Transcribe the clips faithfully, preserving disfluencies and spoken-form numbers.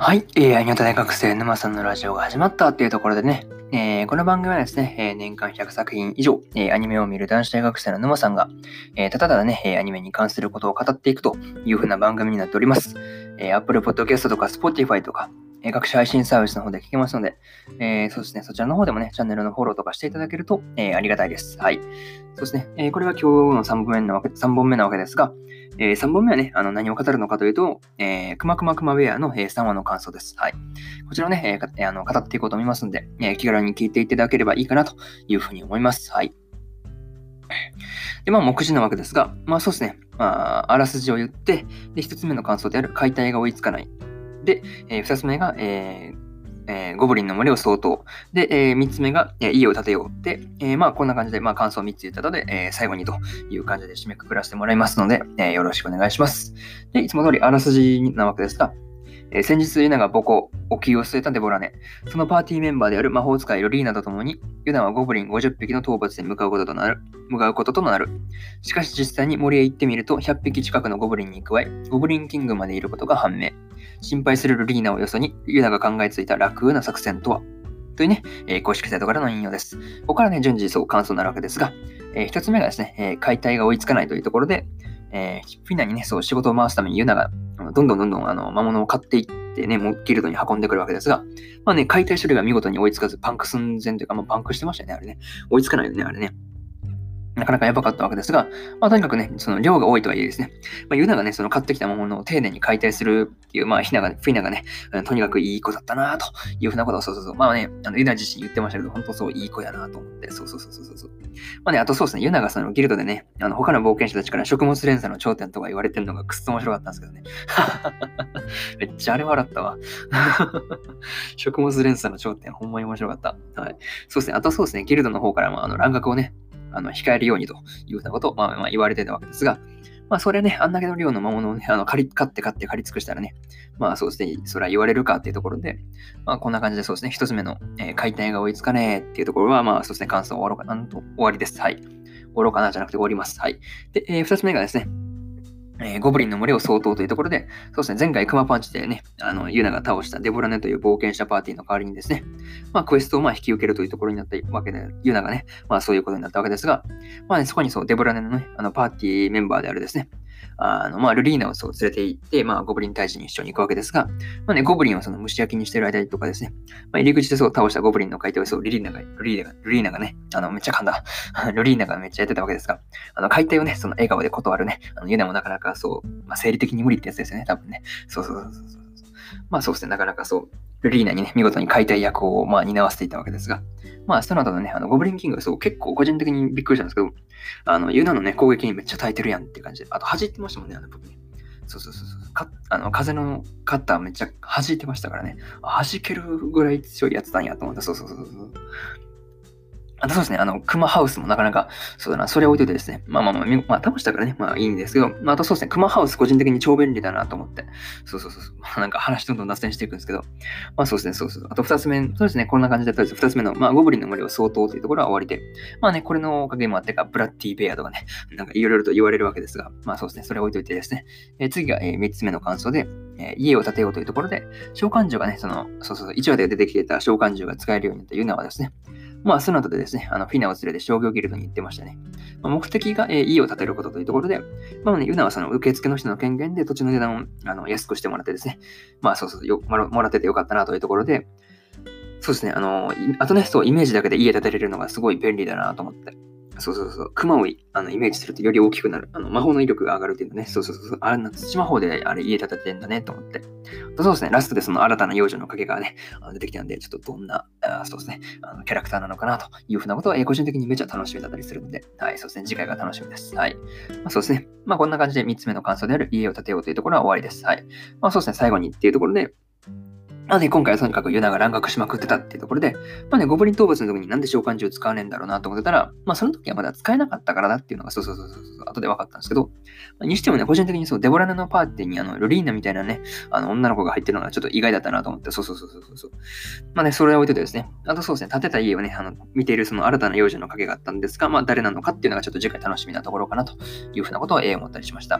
はい、えー、アニメ大学生沼さんのラジオが始まったっていうところでね、えー、この番組はですね、えー、年間ひゃくさく品以上、えー、アニメを見る男子大学生の沼さんが、えー、ただただね、えー、アニメに関することを語っていくという風な番組になっております。えー、Apple Podcast とか Spotify とか、えー、各種配信サービスの方で聞けますので、えー、そうですね、そちらの方でもね、チャンネルのフォローとかしていただけると、えー、ありがたいです。はい。そうですね、えー、これは今日のさんぼんめなわけ、さんぼんめなわけですが、えー、さんぼんめはね、あの何を語るのかというと、えー、くまくまくまウェアの、えー、さんわの感想です。はい。こちらをね、えー、あの語っていこうと思いますので、えー、気軽に聞いていただければいいかなというふうに思います。はい。で、まあ、目次なわけですが、まあそうですね、まあ、あらすじを言って、で、一つ目の感想である解体が追いつかない。で、えー、二つ目が、えーえー、ゴブリンの群れを相当。で、えー、三つ目が、えー、家を建てよう。で、えー、まあ、こんな感じで、まあ、感想を三つ言ったので、えー、最後にという感じで締めくくらせてもらいますので、えー、よろしくお願いします。で、いつも通りあらすじなわけですが、えー、先日ユナが母校、お気を据えたデボラネ。そのパーティーメンバーである魔法使いロリーナと共に、ユナはゴブリンごじゅっぴきの討伐で向かうこととなる。向かうこととなる。しかし実際に森へ行ってみると、ひゃっぴき近くのゴブリンに加え、ゴブリンキングまでいることが判明。心配するロリーナをよそに、ユナが考えついた楽な作戦とはというね、えー、公式サイトからの引用です。ここからね、順次そう感想になるわけですが、えー、一つ目がですね、えー、解体が追いつかないというところで、えー、フィナにね、そう仕事を回すためにユナがどんどんどんどんあの魔物を買っていってね、ギルドに運んでくるわけですが、まあね、解体処理が見事に追いつかず、パンク寸前というか、まあ、パンクしてましたよね、あれね。追いつかないよね、あれね。なかなかやばかったわけですが、まあ、とにかくね、その量が多いとはいえですね、まあ、ユナがね、その買ってきたものを丁寧に解体するっていう、まあ、ヒナが、フィナがね、とにかくいい子だったなというふうなことを、そうそうそう、まあね、あのユナ自身言ってましたけど、本当そういい子やなと思って、そうそうそうそうそう。まあね、あとそうですね、ユナがそのギルドでね、あの他の冒険者たちから食物連鎖の頂点とか言われてるのがくっそ面白かったんですけどね。めっちゃあれ笑ったわ。食物連鎖の頂点、ほんまに面白かった。はい。そうですね、あとそうですね、ギルドの方からもあの乱獲をね、あの控えるようにというふうなことを、まあ、まあ言われてたわけですが、まあそれね、あんだけの量の魔物をね、あの借り買って買って借り尽くしたらね、まあそうですね、それは言われるかっていうところで、まあこんな感じでそうですね、一つ目の、えー、解体が追いつかねえっていうところは、まあそうですね、感想終わろうかなと終わりです。はい。終わろうかなじゃなくて終わります。はい。で、えー、二つ目がですね、えー、ゴブリンの群れを相当というところで、そうですね、前回クマパンチでね、あの、ユナが倒したデボラネという冒険者パーティーの代わりにですね、まあ、クエストをまあ引き受けるというところになったわけで、ユナがね、まあ、そういうことになったわけですが、まあね、そこにそうデボラネのね、あのパーティーメンバーであるですね、あの、まあ、ルリーナをそう連れて行って、まあ、ゴブリン退治に一緒に行くわけですが、まあね、ゴブリンをその蒸し焼きにしてる間とかですね、まあ、入り口でそう倒したゴブリンの回答をそう、リリーナが、ルリーナが、ルリーナがね、あの、めっちゃ噛んだ、ルリーナがめっちゃやってたわけですが、あの、解体をね、その笑顔で断るね、あのユナもなかなかそう、まあ、生理的に無理ってやつですよね、多分ね。そうそうそうそうそう。まあそうですね、なかなかそう、ルリーナにね、見事に解体役をまあ担わせていたわけですが、まあその後のね、あのゴブリンキングがそう、結構個人的にびっくりしたんですけど、あの、ユナのね、攻撃にめっちゃ耐えてるやんっていう感じで、あと弾いてましたもんね、あの部分ね。そうそうそうそう。かあの風のカッターめっちゃ弾いてましたからね。弾けるぐらい強いやつなんやと思った。そうそうそうそう。あとそうですね、あの、クマハウスもなかなか、そうだな、それを置いといてですね、まあまあまあ、まあ、倒したからね、まあいいんですけど、まあ、あとそうですね、クマハウス個人的に超便利だなと思って、そうそうそうそう、まあ、なんか話どんどん脱線していくんですけど、まあそうですね、そうそう。あと二つ目、そうですね、こんな感じで、とりあえず二つ目の、まあ、ゴブリンの群れを相当というところは終わりで、まあね、これのおかげもあってか、ブラッディベアとかね、なんかいろいろと言われるわけですが、まあそうですね、それを置いといてですね、えー、次が、えー、三つ目の感想で、えー、家を建てようというところで、召喚獣がね、その、そうそうそう、いちわで出てきていた召喚獣が使えるようになったユナはですね、まあ、その後でですね、あのフィナを連れて商業ギルドに行ってましたね。まあ、目的が、えー、家を建てることというところで、まあね、ユナはその受付の人の権限で土地の値段をあの安くしてもらってですね、まあそうそうよもら、もらっててよかったなというところで、そうですね、あの、あとね、そう、イメージだけで家建てれるのがすごい便利だなと思って。そうそうそう、クマをあのイメージするとより大きくなる。あの魔法の威力が上がるっていうのね。そうそうそう。あれな、土魔法であれ家建ててんだねと思って。そうですね、ラストでその新たな幼女の影がね、出てきたんで、ちょっとどんな、あそうですね、あのキャラクターなのかなというふうなことは、えー、個人的にめちゃ楽しみだったりするので、はい、そうですね、次回が楽しみです。はい。まあ、そうですね。まあ、こんな感じでみっつめの感想である家を建てようというところは終わりです。はい。まあ、そうですね、最後にっていうところで、まあね、今回はとにかくユナが乱獲しまくってたっていうところで、まあね、ゴブリン討伐の時になんで召喚獣使わねえんだろうなと思ってたら、まあその時はまだ使えなかったからだっていうのが、そうそうそうそう、後で分かったんですけど、まあ、にしてもね、個人的にそう、デボラネのパーティーにあの、ルリーナみたいなね、あの、女の子が入ってるのがちょっと意外だったなと思って、そうそうそうそうそう。まあね、それを置いててですね、あとそうですね、建てた家をね、あの、見ているその新たな幼女の影があったんですが、まあ誰なのかっていうのがちょっと次回楽しみなところかなというふうなことを、えー、思ったりしました。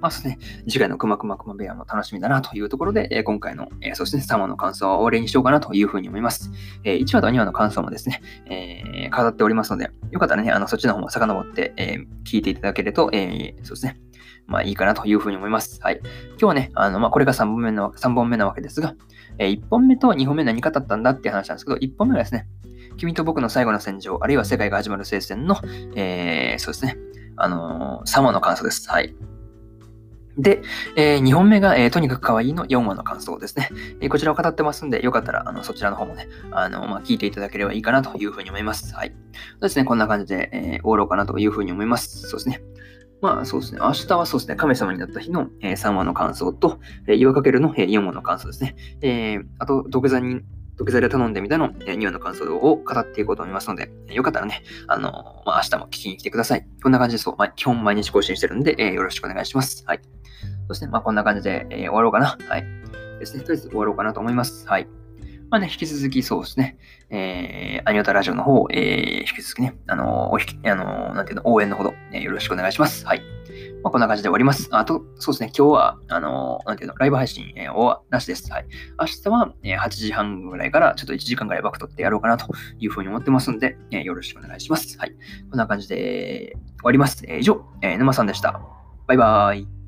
まあそうですね、次回のくまくまくま部屋も楽しみだなというところで、えー今回の、えーそうですね、さんわの感想は終わりにしようかなというふうに思います。えーいちわとにわの感想もですね、えー語っておりますので、よかったらね、あのそっちの方も遡って、えー聞いていただけると、えーそうですね、まあいいかなというふうに思います。はい。今日はね、あのまあ、これがさんぼんめの、さんぼんめなわけですが、えーいっぽんめとにほんめ何語ったんだっていう話なんですけど、いっぽんめはですね、君と僕の最後の戦場、あるいは世界が始まる聖戦の、えーそうですね、あのー、さんわの感想です。はい。で、えーにほんめが、えーとにかく可愛いのよんわの感想ですね。えーこちらを語ってますんで、よかったらあのそちらの方もね、あのまあ、聞いていただければいいかなというふうに思います。はい。そうですね、こんな感じで、えー終わろうかなというふうに思います。そうですね。まあそうですね、明日はそうですね、神様になった日の、えーさんわの感想と、えー、岩かけるの、えーよんわの感想ですね。えーあと、土下座に土下座で頼んでみたの、えーにわの感想を語っていこうと思いますので、えーよかったらね、あのーまあ、明日も聞きに来てください。こんな感じでそう、まあ、基本毎日更新してるんで、えーよろしくお願いします。はい。そしてね、まあこんな感じで、えー終わろうかな。はい。ですね、とりあえず終わろうかなと思います。はい。まあね、引き続きそうですね、えー、アニオタラジオの方、えー、引き続きね、あのーおひき、あのーなんていうの、応援のほど、えーよろしくお願いします。はい。まあ、こんな感じで終わります。あと、そうですね、今日は、あのーなんていうの、ライブ配信、えーはなしです。はい。明日は、えーはちじはんぐらいからちょっといちじかんぐらいバク取ってやろうかなというふうに思ってますんで、えーよろしくお願いします。はい。こんな感じで終わります。えー以上、えー沼さんでした。バイバーイ。